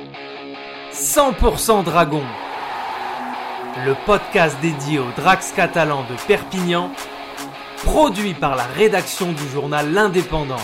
100% Dragon, le podcast dédié aux Drax catalans de Perpignan, produit par la rédaction du journal L'Indépendant.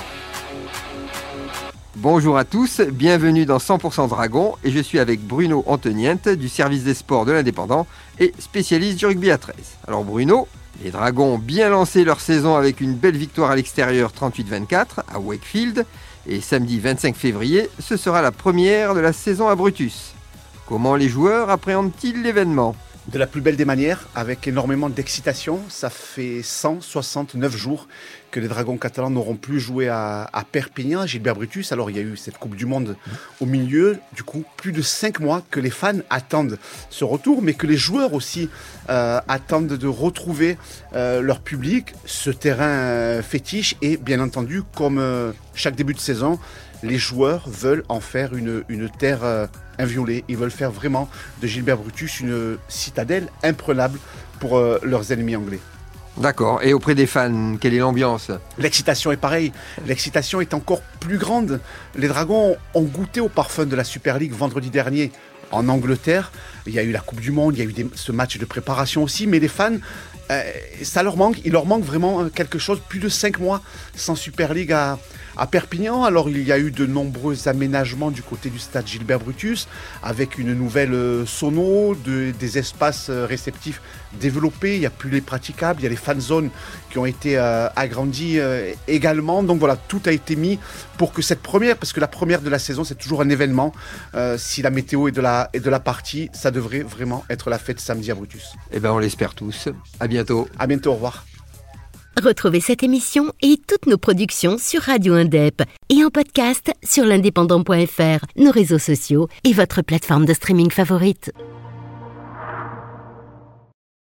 Bonjour à tous, bienvenue dans 100% Dragon et je suis avec Bruno Antoniente du service des sports de l'Indépendant et spécialiste du rugby à 13. Alors Bruno, les Dragons ont bien lancé leur saison avec une belle victoire à l'extérieur 38-24 à Wakefield et samedi 25 février, ce sera la première de la saison à Brutus. Comment les joueurs appréhendent-ils l'événement ? De la plus belle des manières, avec énormément d'excitation. Ça fait 169 jours que les Dragons catalans n'auront plus joué à Perpignan, à Gilbert Brutus. Alors il y a eu cette Coupe du Monde au milieu. Du coup, plus de 5 mois que les fans attendent ce retour, mais que les joueurs aussi attendent de retrouver leur public, ce terrain fétiche. Et bien entendu, comme chaque début de saison, les joueurs veulent en faire une terre inviolée. Ils veulent faire vraiment de Gilbert Brutus une citadelle imprenable pour leurs ennemis anglais. D'accord. Et auprès des fans, quelle est l'ambiance ? L'excitation est pareille. L'excitation est encore plus grande. Les Dragons ont goûté au parfum de la Super League vendredi dernier en Angleterre. Il y a eu la Coupe du Monde, il y a eu ce match de préparation aussi. Mais les fans, ça leur manque. Il leur manque vraiment quelque chose. Plus de 5 mois sans Super League à Perpignan. Alors il y a eu de nombreux aménagements du côté du stade Gilbert Brutus avec une nouvelle sono, des espaces réceptifs développés, il n'y a plus les praticables, il y a les fan zones qui ont été agrandis également. Donc voilà, tout a été mis pour que cette première, parce que la première de la saison c'est toujours un événement, si la météo est de la partie, ça devrait vraiment être la fête samedi à Brutus. Eh bien on l'espère tous. À bientôt. À bientôt, au revoir. Retrouvez cette émission et toutes nos productions sur Radio Indep et en podcast sur l'indépendant.fr, nos réseaux sociaux et votre plateforme de streaming favorite.